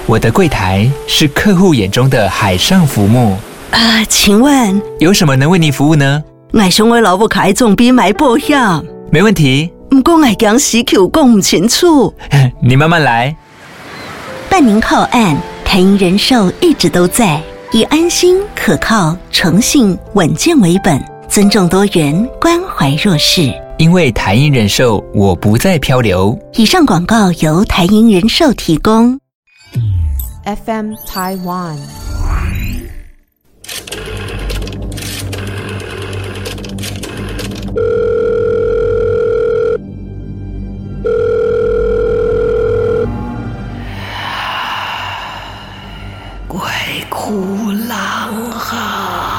我的柜台是客户眼中的海上浮木。 请问有什么能为您服务呢？ 我想我老母开总比买保险。 没问题。 不过我讲时口讲不清楚。 你慢慢来。 办您靠岸，台银人寿一直都在，以安心、可靠、诚信、稳健为本，尊重多元，关怀弱势。 因为台银人寿，我不再漂流。 以上广告由台银人寿提供。 FM Taiwan。 鬼哭狼嚎。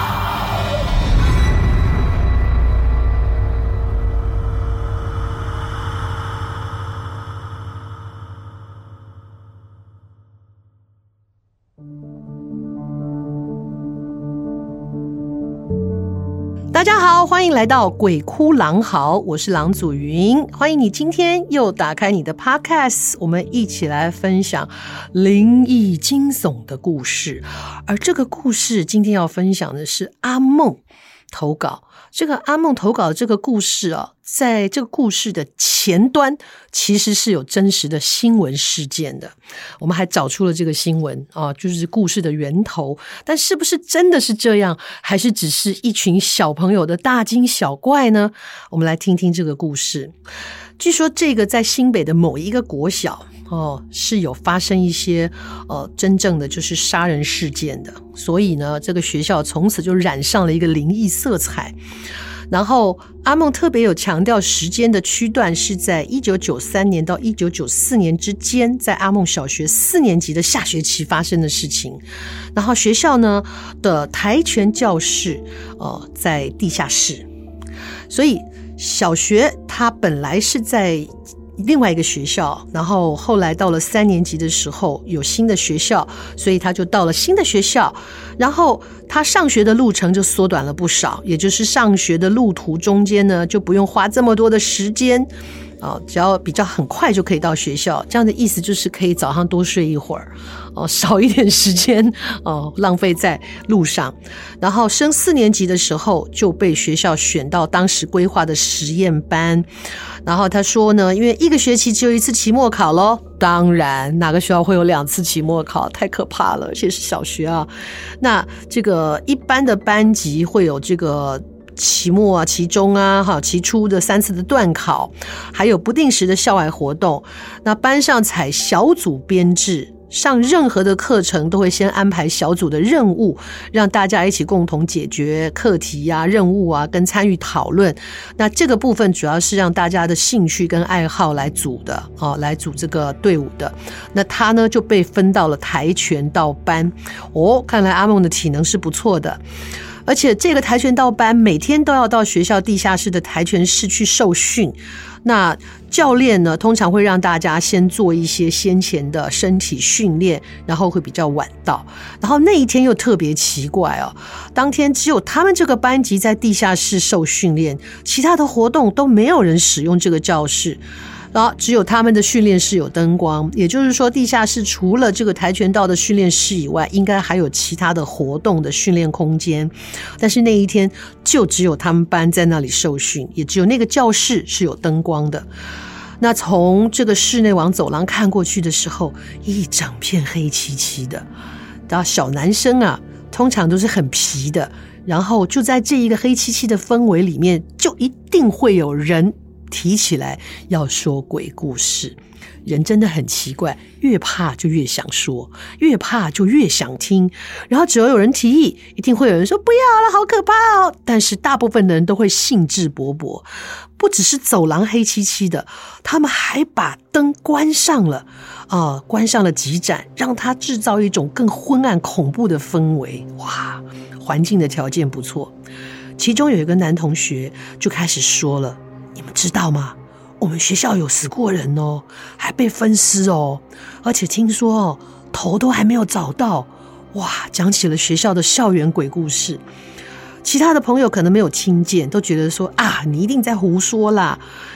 大家好，欢迎来到鬼哭狼嚎，我是郎祖云，欢迎你今天又打开你的 Podcast， 我们一起来分享灵异惊悚的故事。而这个故事今天要分享的是阿梦投稿。这个阿梦投稿的这个故事啊，在这个故事的前端其实是有真实的新闻事件的，我们还找出了这个新闻啊，就是故事的源头。但是不是真的是这样，还是只是一群小朋友的大惊小怪呢？我们来听听这个故事。据说这个在新北的某一个国小是有发生一些真正的就是杀人事件的，所以呢这个学校从此就染上了一个灵异色彩。然后阿梦特别有强调时间的区段是在1993年到1994年之间，在阿梦小学4年级的下学期发生的事情。然后学校呢的跆拳教室在地下室，所以小学它本来是在另外一个学校，然后后来到了3年级的时候有新的学校，所以他就到了新的学校，然后他上学的路程就缩短了不少，也就是上学的路途中间呢就不用花这么多的时间只要比较很快就可以到学校，这样的意思就是可以早上多睡一会儿少一点时间浪费在路上。然后升4年级的时候就被学校选到当时规划的实验班。然后他说呢，因为一个学期只有1次期末考咯，当然哪个学校会有2次期末考，太可怕了，而且是小学啊。那这个一般的班级会有这个期末啊、期中啊、期初的3次的段考，还有不定时的校外活动。那班上采小组编制，上任何的课程都会先安排小组的任务，让大家一起共同解决课题啊、任务啊，跟参与讨论。那这个部分主要是让大家的兴趣跟爱好来组的来组这个队伍的。那他呢就被分到了跆拳道班看来阿梦的体能是不错的。而且这个跆拳道班每天都要到学校地下室的跆拳室去受训。那教练呢通常会让大家先做一些先前的身体训练，然后会比较晚到。然后那一天又特别奇怪当天只有他们这个班级在地下室受训练，其他的活动都没有人使用这个教室，然后只有他们的训练室有灯光，也就是说地下室除了这个跆拳道的训练室以外，应该还有其他的活动的训练空间。但是那一天就只有他们班在那里受训，也只有那个教室是有灯光的。那从这个室内往走廊看过去的时候，一整片黑漆漆的。然后小男生啊通常都是很皮的，然后就在这一个黑漆漆的氛围里面，就一定会有人提起来要说鬼故事。人真的很奇怪，越怕就越想说，越怕就越想听，然后只要有人提议，一定会有人说不要了，好可怕但是大部分的人都会兴致勃勃，不只是走廊黑漆漆的，他们还把灯关上了关上了几盏，让它制造一种更昏暗恐怖的氛围。哇，环境的条件不错。其中有一个男同学就开始说了，你们知道吗，我们学校有死过人还被分尸而且听说头都还没有找到。哇，讲起了学校的校园鬼故事。其他的朋友可能没有听见，都觉得说你一定在胡说啦。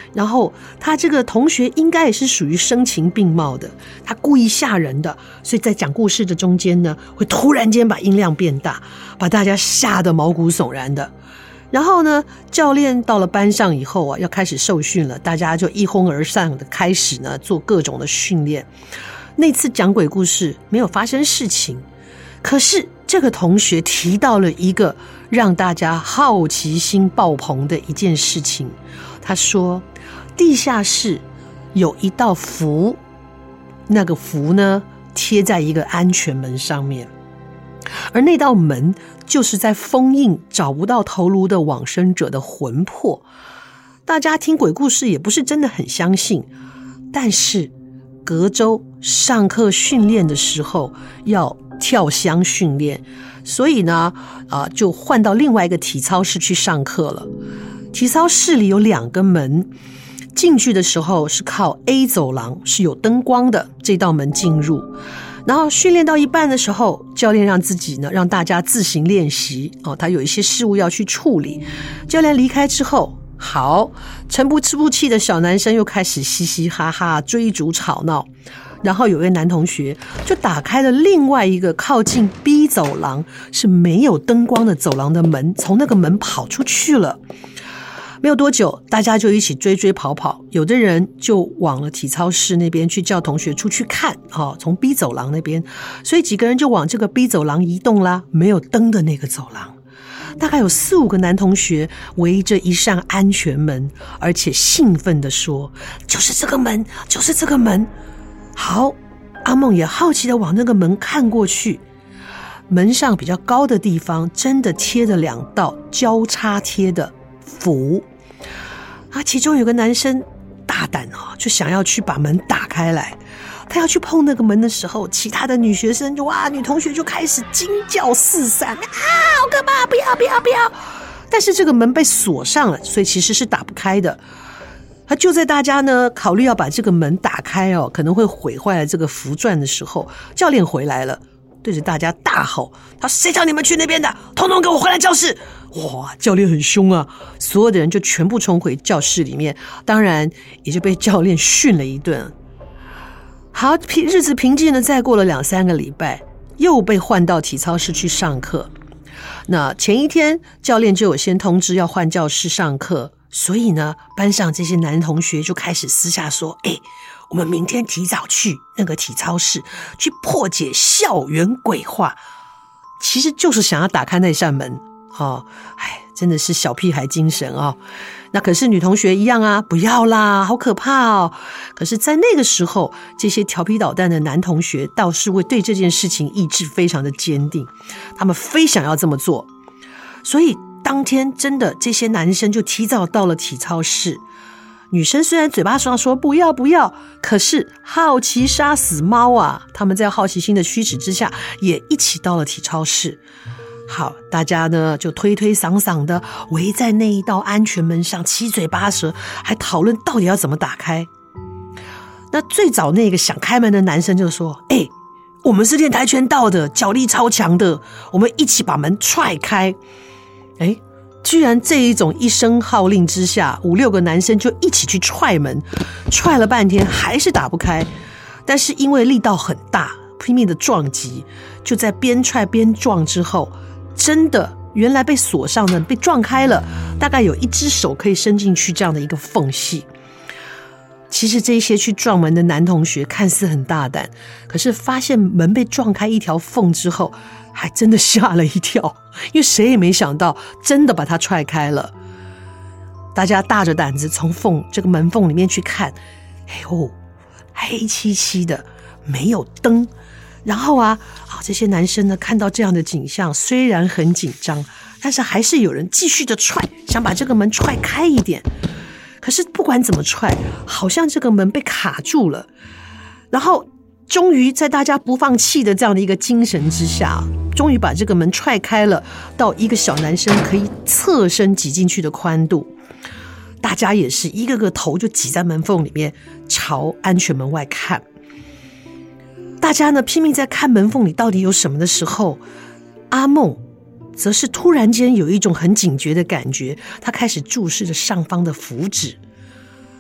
然后他这个同学应该也是属于声情并茂的，他故意吓人的，所以在讲故事的中间呢，会突然间把音量变大，把大家吓得毛骨悚然的。然后呢，教练到了班上以后啊，要开始受训了，大家就一哄而散的开始呢做各种的训练。那次讲鬼故事没有发生事情，可是这个同学提到了一个让大家好奇心爆棚的一件事情。他说地下室有一道符，那个符呢贴在一个安全门上面，而那道门就是在封印找不到头颅的往生者的魂魄。大家听鬼故事也不是真的很相信，但是隔周上课训练的时候要跳箱训练，所以呢就换到另外一个体操室去上课了。体操室里有2个门，进去的时候是靠 A 走廊，是有灯光的这道门进入。然后训练到一半的时候，教练让大家自行练习他有一些事务要去处理。教练离开之后，好，沉不气的小男生又开始嘻嘻哈哈追逐吵闹。然后有位男同学就打开了另外一个靠近 B 走廊是没有灯光的走廊的门，从那个门跑出去了。没有多久，大家就一起追跑，有的人就往了体操室那边去叫同学出去看从 B 走廊那边，所以几个人就往这个 B 走廊移动啦，没有灯的那个走廊。大概有4-5个男同学围着一扇安全门，而且兴奋地说，就是这个门，就是这个门。好，阿梦也好奇地往那个门看过去，门上比较高的地方真的贴着2道交叉贴的符其中有个男生大胆就想要去把门打开来。他要去碰那个门的时候，其他的女学生女同学就开始惊叫四散好可怕，不要。但是这个门被锁上了，所以其实是打不开的。就在大家呢考虑要把这个门打开可能会毁坏了这个符篆的时候，教练回来了，对着大家大吼，他谁叫你们去那边的，统统给我回来教室。哇，教练很凶啊，所有的人就全部冲回教室里面，当然也就被教练训了一顿。好，日子平静的再过了2-3个礼拜，又被换到体操室去上课。那前一天教练就有先通知要换教室上课，所以呢班上这些男同学就开始私下说，我们明天提早去那个体操室去破解校园鬼话，其实就是想要打开那扇门真的是小屁孩精神那可是女同学一样不要啦，好可怕可是在那个时候，这些调皮捣蛋的男同学倒是会对这件事情意志非常的坚定，他们非想要这么做。所以当天真的这些男生就提早到了体操室。女生虽然嘴巴上说不要，可是好奇杀死猫他们在好奇心的驱使之下也一起到了体操室。好，大家呢就推推搡搡的围在那一道安全门上，七嘴八舌，还讨论到底要怎么打开。那最早那个想开门的男生就说，我们是练跆拳道的，脚力超强的，我们一起把门踹开。居然这一种一声号令之下，5-6个男生就一起去踹门，踹了半天还是打不开。但是因为力道很大，拼命的撞击，就在边踹边撞之后，真的原来被锁上的被撞开了，大概有1只手可以伸进去这样的一个缝隙。其实这些去撞门的男同学看似很大胆，可是发现门被撞开一条缝之后，还真的吓了一跳，因为谁也没想到真的把它踹开了。大家大着胆子从这个门缝里面去看，黑漆漆的，没有灯。然后这些男生呢看到这样的景象，虽然很紧张，但是还是有人继续的踹，想把这个门踹开一点。可是不管怎么踹，好像这个门被卡住了。然后终于在大家不放弃的这样的一个精神之下，终于把这个门踹开了，到一个小男生可以侧身挤进去的宽度。大家也是一个个头就挤在门缝里面，朝安全门外看。大家呢拼命在看门缝里到底有什么的时候，阿梦则是突然间有一种很警觉的感觉，他开始注视着上方的符纸。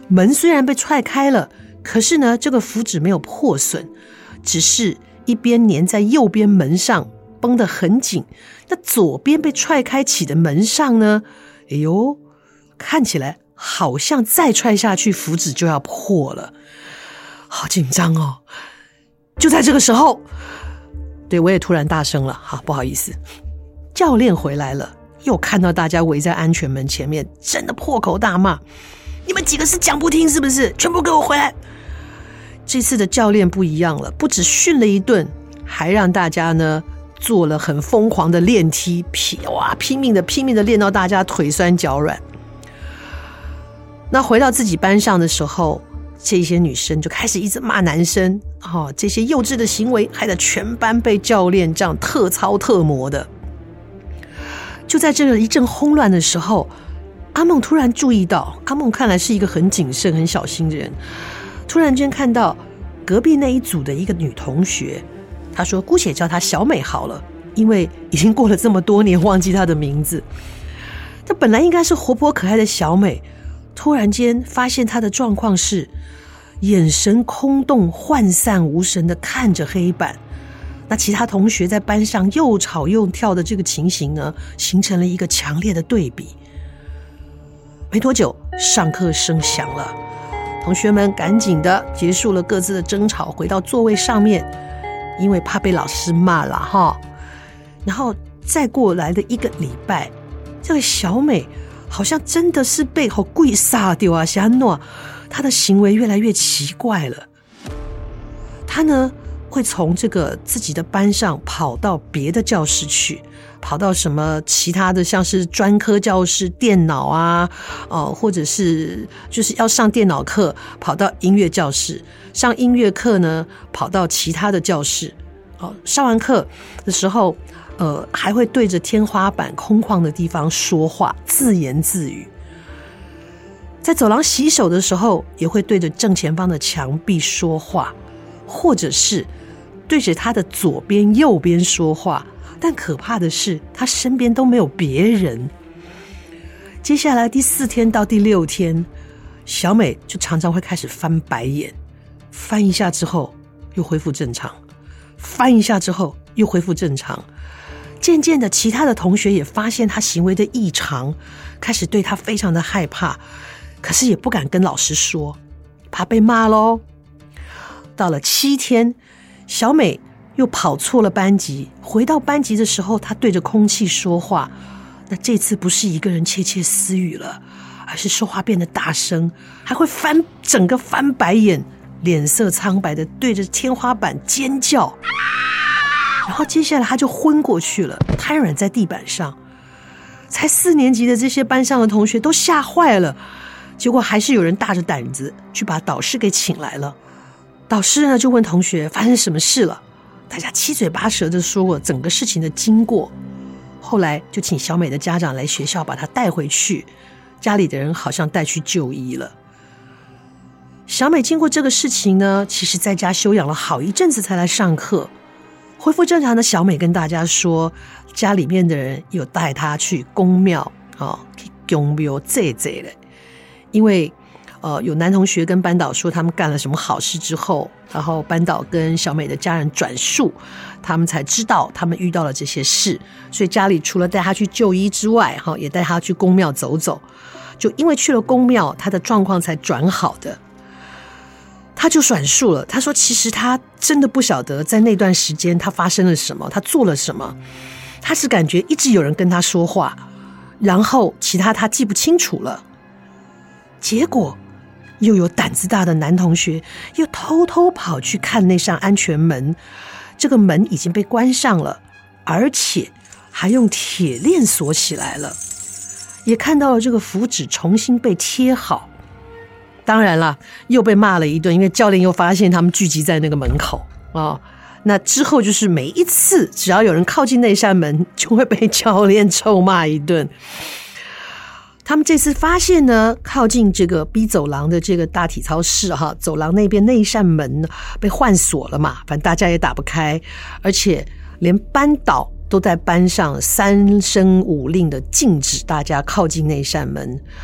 门虽然被踹开了，可是呢，这个符纸没有破损，只是一边粘在右边门上，绷得很紧。那左边被踹开启的门上呢，哎呦，看起来好像再踹下去，符纸就要破了，好紧张哦。就在这个时候，对，我也突然大声了，好，不好意思，教练回来了，又看到大家围在安全门前面，真的破口大骂：你们几个是讲不听是不是？全部给我回来！这次的教练不一样了，不只训了一顿，还让大家呢做了很疯狂的练踢，拼命的练到大家腿酸脚软。那回到自己班上的时候，这些女生就开始一直骂男生，这些幼稚的行为害得全班被教练这样特操特磨的。就在这个一阵轰乱的时候，阿梦突然注意到，阿梦看来是一个很谨慎很小心的人，突然间看到隔壁那一组的一个女同学，她说姑且叫她小美好了，因为已经过了这么多年忘记她的名字。她本来应该是活泼可爱的小美，突然间发现她的状况是眼神空洞涣散无神的看着黑板。那其他同学在班上又吵又跳的这个情形呢，形成了一个强烈的对比。没多久，上课声响了，同学们赶紧的结束了各自的争吵，回到座位上面，因为怕被老师骂了哈。然后再过来的一个礼拜，这个小美好像真的是被鬼杀掉啊，夏诺，她的行为越来越奇怪了。她呢会从这个自己的班上跑到别的教室去，跑到什么其他的像是专科教室电脑啊，或者是就是要上电脑课跑到音乐教室，上音乐课呢跑到其他的教室，上完课的时候还会对着天花板空旷的地方说话，自言自语。在走廊洗手的时候也会对着正前方的墙壁说话，或者是对着他的左边右边说话，但可怕的是他身边都没有别人。接下来第4天到第6天，小美就常常会开始翻白眼，翻一下之后又恢复正常，翻一下之后又恢复正常。渐渐的其他的同学也发现她行为的异常，开始对她非常的害怕，可是也不敢跟老师说，怕被骂咯。到了7天，小美又跑错了班级，回到班级的时候她对着空气说话，那这次不是一个人窃窃私语了，而是说话变得大声，还会整个翻白眼，脸色苍白的对着天花板尖叫。然后接下来她就昏过去了，瘫软在地板上。才4年级的这些班上的同学都吓坏了，结果还是有人大着胆子去把导师给请来了。导师呢就问同学发生什么事了，大家七嘴八舌的说过整个事情的经过。后来就请小美的家长来学校把她带回去，家里的人好像带去就医了。小美经过这个事情呢，其实在家休养了好一阵子才来上课。恢复正常的小美跟大家说，家里面的人有带她去公庙去公庙祭祭了，因为有男同学跟班导说他们干了什么好事之后，然后班导跟小美的家人转述，他们才知道他们遇到了这些事，所以家里除了带她去就医之外，也带她去公庙走走。就因为去了公庙，她的状况才转好的。他就转述了，他说其实他真的不晓得在那段时间他发生了什么，他做了什么，他是感觉一直有人跟他说话，然后其他他记不清楚了。结果又有胆子大的男同学又偷偷跑去看那扇安全门，这个门已经被关上了，而且还用铁链锁起来了，也看到了这个符纸重新被贴好。当然了，又被骂了一顿，因为教练又发现他们聚集在那个门口那之后就是每一次只要有人靠近那扇门，就会被教练臭骂一顿。他们这次发现呢，靠近这个 B 走廊的这个大体操室走廊那边那一扇门被换锁了嘛，反正大家也打不开，而且连班导都在班上3声5令的禁止大家靠近那扇门。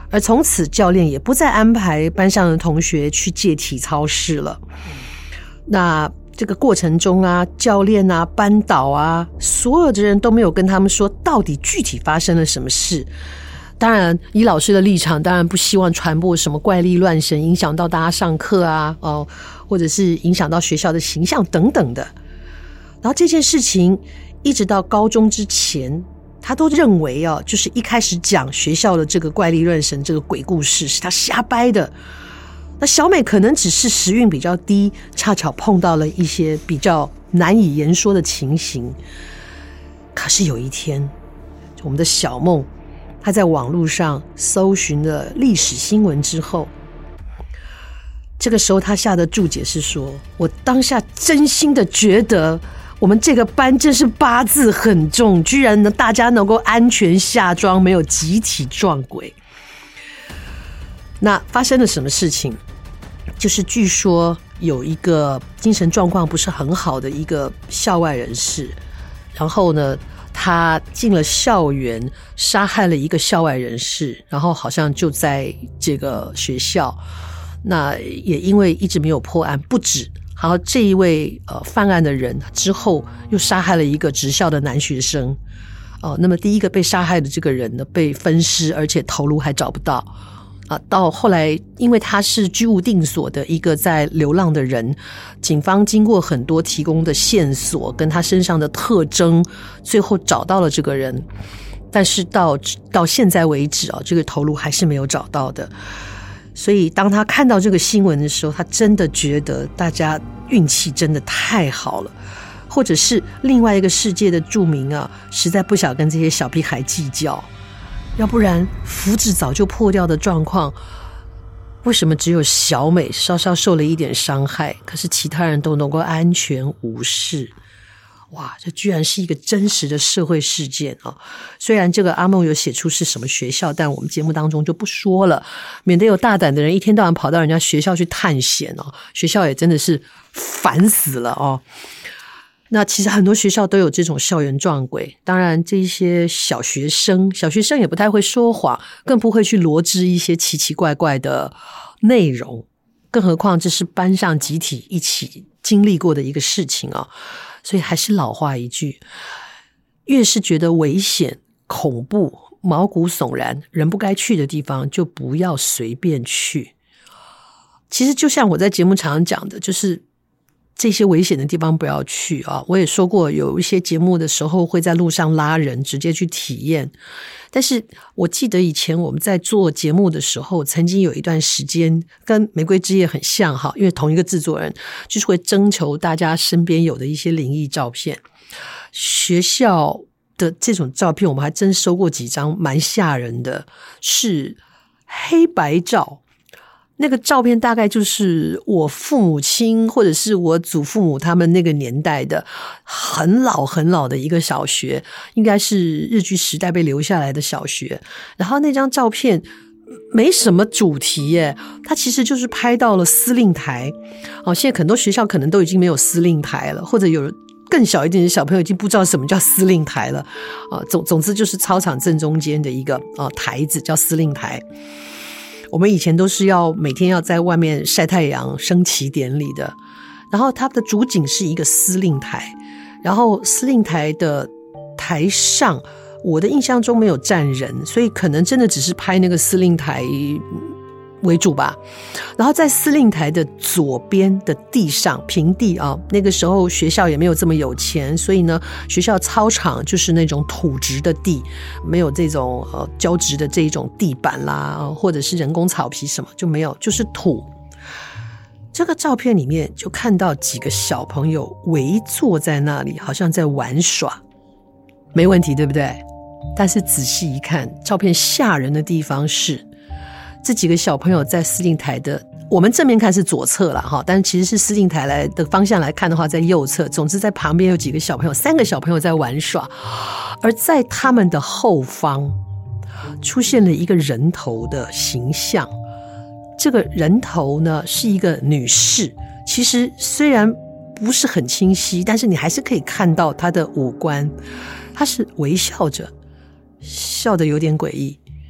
而从此教练也不再安排班上的同学去借体操室了。那这个过程中啊，教练啊、班导啊，所有的人都没有跟他们说到底具体发生了什么事。当然以老师的立场，当然不希望传播什么怪力乱神，影响到大家上课啊，或者是影响到学校的形象等等的。然后这件事情一直到高中之前，他都认为就是一开始讲学校的这个怪力乱神这个鬼故事是他瞎掰的。那小美可能只是时运比较低，恰巧碰到了一些比较难以言说的情形。可是有一天，我们的小梦她在网络上搜寻了历史新闻之后，这个时候她下的注解是说，我当下真心的觉得我们这个班真是八字很重，居然大家能够安全下庄，没有集体撞鬼。那发生了什么事情？就是据说有一个精神状况不是很好的一个校外人士，然后呢他进了校园，杀害了一个校外人士，然后好像就在这个学校，那也因为一直没有破案，不止，然后这一位犯案的人之后又杀害了一个职校的男学生。那么第一个被杀害的这个人呢，被分尸，而且头颅还找不到。到后来因为他是居无定所的一个在流浪的人，警方经过很多提供的线索跟他身上的特征，最后找到了这个人，但是到现在为止这个头颅还是没有找到的。所以当他看到这个新闻的时候，他真的觉得大家运气真的太好了，或者是另外一个世界的著名实在不想跟这些小屁孩计较，要不然福祉早就破掉的状况，为什么只有小美稍稍受了一点伤害，可是其他人都能够安全无事？哇，这居然是一个真实的社会事件虽然这个阿梦有写出是什么学校，但我们节目当中就不说了，免得有大胆的人一天到晚跑到人家学校去探险学校也真的是烦死了那其实很多学校都有这种校园撞鬼，当然这些小学生也不太会说谎，更不会去罗织一些奇奇怪怪的内容，更何况这是班上集体一起经历过的一个事情所以还是老话一句，越是觉得危险、恐怖、毛骨悚然、人不该去的地方，就不要随便去。其实就像我在节目常常讲的，就是这些危险的地方不要去我也说过，有一些节目的时候会在路上拉人直接去体验，但是我记得以前我们在做节目的时候，曾经有一段时间跟玫瑰之夜很像因为同一个制作人，就是会征求大家身边有的一些灵异照片。学校的这种照片我们还真收过几张蛮吓人的，是黑白照，那个照片大概就是我父母亲或者是我祖父母他们那个年代的很老很老的一个小学，应该是日据时代被留下来的小学。然后那张照片没什么主题耶，它其实就是拍到了司令台现在很多学校可能都已经没有司令台了，或者有更小一点的小朋友已经不知道什么叫司令台了总之就是操场正中间的一个台子叫司令台。我们以前都是要每天要在外面晒太阳升旗典礼的，然后它的主景是一个司令台，然后司令台的台上我的印象中没有站人，所以可能真的只是拍那个司令台为主吧。然后在司令台的左边的地上平地那个时候学校也没有这么有钱，所以呢学校操场就是那种土质的地，没有这种胶质的这一种地板啦或者是人工草皮什么就没有，就是土。这个照片里面就看到几个小朋友围坐在那里，好像在玩耍，没问题对不对？但是仔细一看，照片吓人的地方是这几个小朋友在司令台的，我们正面看是左侧啦但是其实是司令台来的方向来看的话在右侧，总之在旁边有几个小朋友，3个小朋友在玩耍，而在他们的后方出现了一个人头的形象。这个人头呢是一个女士，其实虽然不是很清晰，但是你还是可以看到她的五官，她是微笑着，笑得有点诡异。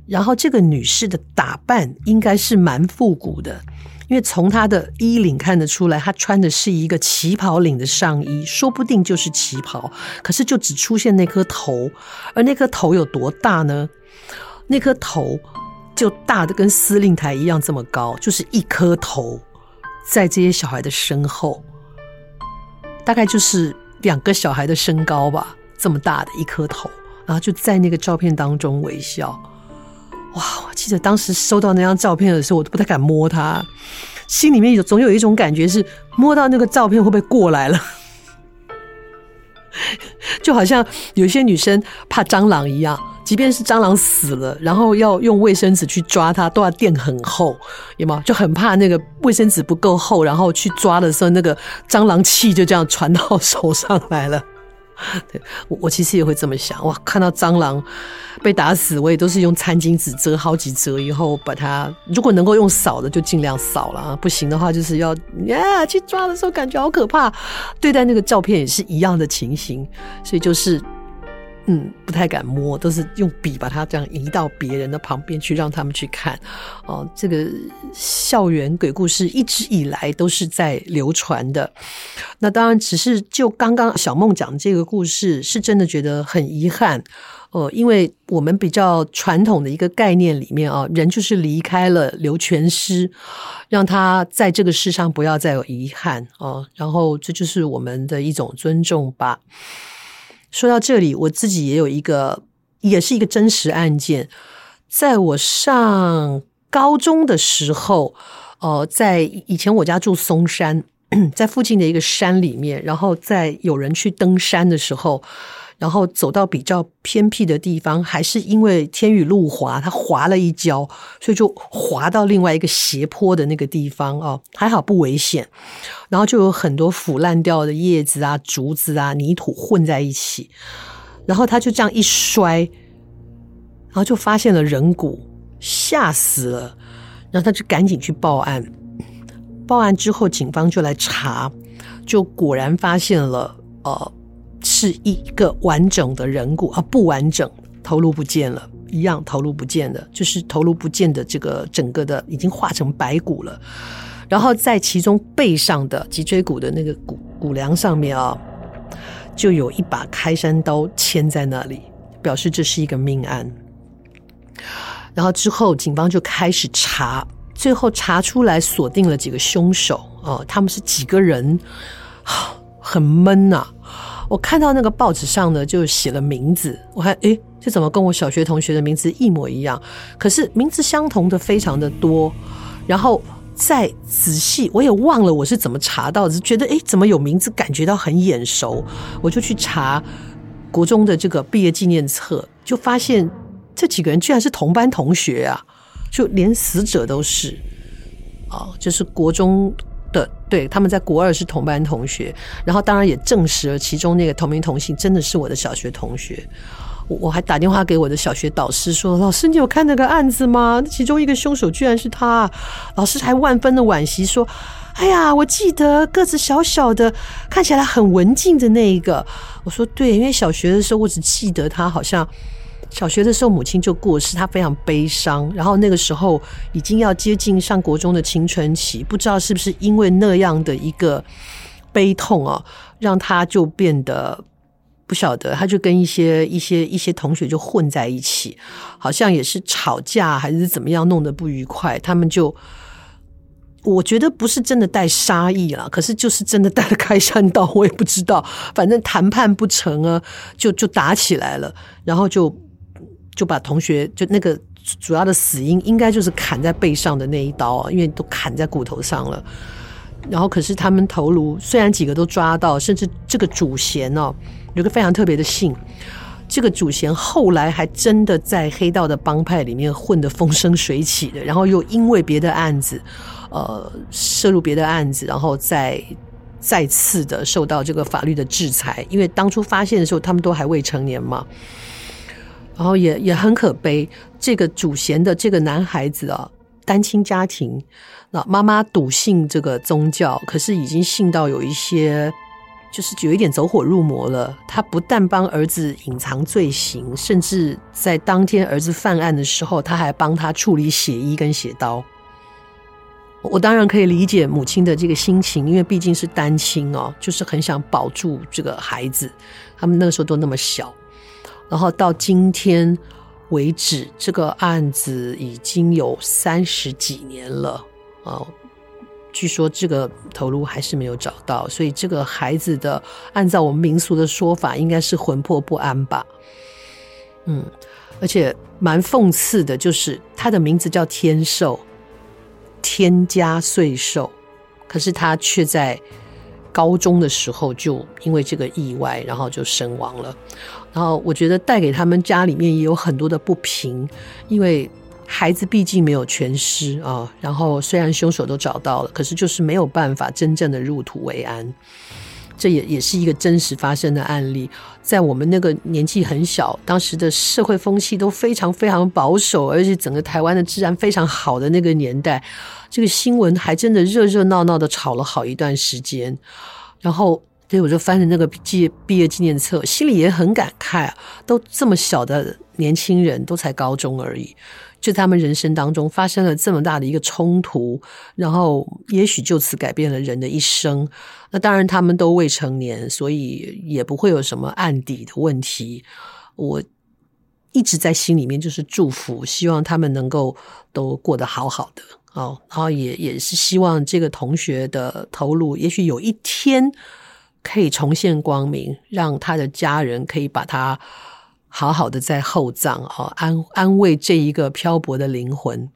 然后这个女士的打扮应该是蛮复古的，因为从她的衣领看得出来，她穿的是一个旗袍领的上衣，说不定就是旗袍，可是就只出现那颗头，而那颗头有多大呢？那颗头就大的跟司令台一样这么高，就是一颗头在这些小孩的身后，大概就是2个小孩的身高吧，这么大的一颗头，然后就在那个照片当中微笑。哇，我记得当时收到那张照片的时候，我都不太敢摸它，心里面总有一种感觉是摸到那个照片会不会过来了就好像有些女生怕蟑螂一样，即便是蟑螂死了，然后要用卫生纸去抓它，都要垫很厚，有没有？就很怕那个卫生纸不够厚，然后去抓的时候，那个蟑螂气就这样传到手上来了。对，我其实也会这么想，哇，看到蟑螂被打死，我也都是用餐巾纸折好几折以后把它，如果能够用扫的就尽量扫了，不行的话就是要去抓的时候感觉好可怕。对待那个照片也是一样的情形，所以就是不太敢摸，都是用笔把它这样移到别人的旁边去，让他们去看。这个校园鬼故事一直以来都是在流传的。那当然，只是就刚刚小梦讲这个故事，是真的觉得很遗憾。因为我们比较传统的一个概念里面人就是离开了留全尸，让他在这个世上不要再有遗憾然后这就是我们的一种尊重吧。说到这里，我自己也是一个真实案件。在我上高中的时候，在以前我家住松山，在附近的一个山里面，然后在有人去登山的时候，然后走到比较偏僻的地方，还是因为天雨路滑，他滑了一跤，所以就滑到另外一个斜坡的那个地方还好不危险。然后就有很多腐烂掉的叶子啊、竹子啊、泥土混在一起，然后他就这样一摔，然后就发现了人骨，吓死了。然后他就赶紧去报案，报案之后警方就来查，就果然发现了是一个完整的人骨不完整，头颅不见了，一样头颅不见的，就是头颅不见的这个整个的已经化成白骨了。然后在其中背上的脊椎骨的那个骨梁上面就有一把开山刀嵌在那里，表示这是一个命案。然后之后警方就开始查，最后查出来锁定了几个凶手他们是几个人，很闷啊。我看到那个报纸上呢就写了名字，我还这怎么跟我小学同学的名字一模一样，可是名字相同的非常的多。然后再仔细我也忘了我是怎么查到的，只觉得怎么有名字感觉到很眼熟，我就去查国中的这个毕业纪念册，就发现这几个人居然是同班同学啊，就连死者都是就是国中的，对，他们在国2是同班同学。然后当然也证实了其中那个同名同姓真的是我的小学同学。我还打电话给我的小学导师说，老师你有看那个案子吗？其中一个凶手居然是他。老师还万分的惋惜说，哎呀，我记得个子小小的看起来很文静的那一个。我说对，因为小学的时候我只记得他好像小学的时候母亲就过世，他非常悲伤，然后那个时候已经要接近上国中的青春期，不知道是不是因为那样的一个悲痛让他就变得不晓得，他就跟一些同学就混在一起，好像也是吵架还是怎么样弄得不愉快，他们就我觉得不是真的带杀意啦，可是就是真的带了开山刀，我也不知道，反正谈判不成就打起来了，然后就把同学就那个主要的死因应该就是砍在背上的那一刀因为都砍在骨头上了。然后可是他们头颅虽然几个都抓到，甚至这个主嫌有个非常特别的姓，这个主嫌后来还真的在黑道的帮派里面混得风生水起的，然后又因为别的案子涉入别的案子，然后再次的受到这个法律的制裁，因为当初发现的时候他们都还未成年嘛。然后也很可悲，这个主嫌的这个男孩子单亲家庭，妈妈笃信这个宗教，可是已经信到有一些就是有一点走火入魔了。他不但帮儿子隐藏罪行，甚至在当天儿子犯案的时候，他还帮他处理血衣跟血刀。我当然可以理解母亲的这个心情，因为毕竟是单亲哦，就是很想保住这个孩子，他们那个时候都那么小。然后到今天为止，这个案子已经有30几年了据说这个头颅还是没有找到，所以这个孩子的按照我们民俗的说法应该是魂魄不安吧。而且蛮讽刺的，就是他的名字叫天寿，天加岁寿，可是他却在高中的时候就因为这个意外然后就身亡了。然后我觉得带给他们家里面也有很多的不平，因为孩子毕竟没有全尸啊，然后虽然凶手都找到了，可是就是没有办法真正的入土为安。这也是一个真实发生的案例。在我们那个年纪很小，当时的社会风气都非常非常保守，而且整个台湾的治安非常好的那个年代，这个新闻还真的热热闹闹的吵了好一段时间。然后所以我就翻着那个毕业纪念册，心里也很感慨啊，都这么小的年轻人，都才高中而已，就他们人生当中发生了这么大的一个冲突，然后也许就此改变了人的一生。那当然他们都未成年，所以也不会有什么案底的问题。我一直在心里面就是祝福，希望他们能够都过得好好的然后也是希望这个同学的头颅也许有一天可以重现光明，让他的家人可以把他好好的在厚葬安慰这一个漂泊的灵魂。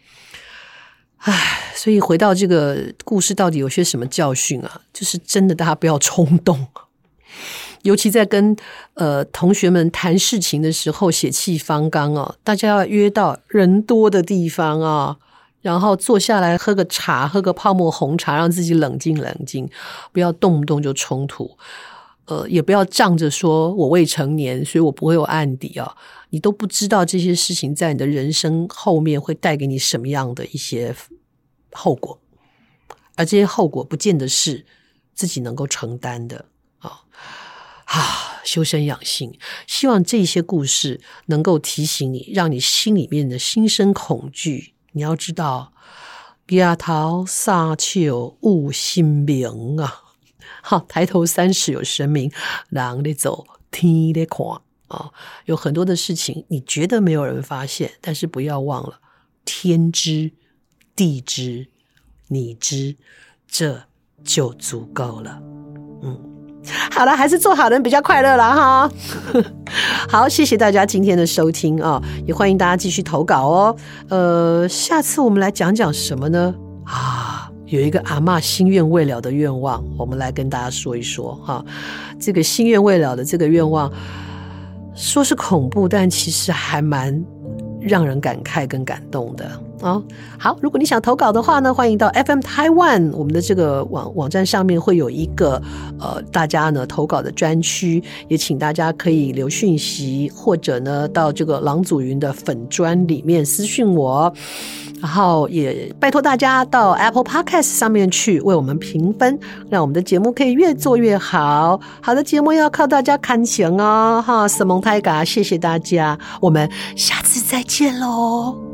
所以回到这个故事到底有些什么教训啊？就是真的大家不要冲动，尤其在跟同学们谈事情的时候血气方刚大家要约到人多的地方然后坐下来喝个茶，喝个泡沫红茶，让自己冷静冷静，不要动不动就冲突。也不要仗着说我未成年，所以我不会有案底你都不知道这些事情在你的人生后面会带给你什么样的一些后果，而这些后果不见得是自己能够承担的修身养性，希望这些故事能够提醒你，让你心里面的心生恐惧。你要知道抬头三尺有神明抬头3尺有神明，人在走天在看有很多的事情你觉得没有人发现，但是不要忘了天知地知你知，这就足够了。好了，还是做好人比较快乐啦哈。好，谢谢大家今天的收听也欢迎大家继续投稿下次我们来讲讲什么呢？有一个阿嬷心愿未了的愿望，我们来跟大家说一说这个心愿未了的这个愿望，说是恐怖，但其实还蛮让人感慨跟感动的好，如果你想投稿的话呢，欢迎到 FM Taiwan 我们的这个网站上面会有一个大家呢投稿的专区，也请大家可以留讯息，或者呢到这个郎祖云的粉专里面私讯我，然后也拜托大家到 Apple Podcast 上面去为我们评分，让我们的节目可以越做越好。好的节目要靠大家看钱什么太嘎，谢谢大家，我们下次再见咯。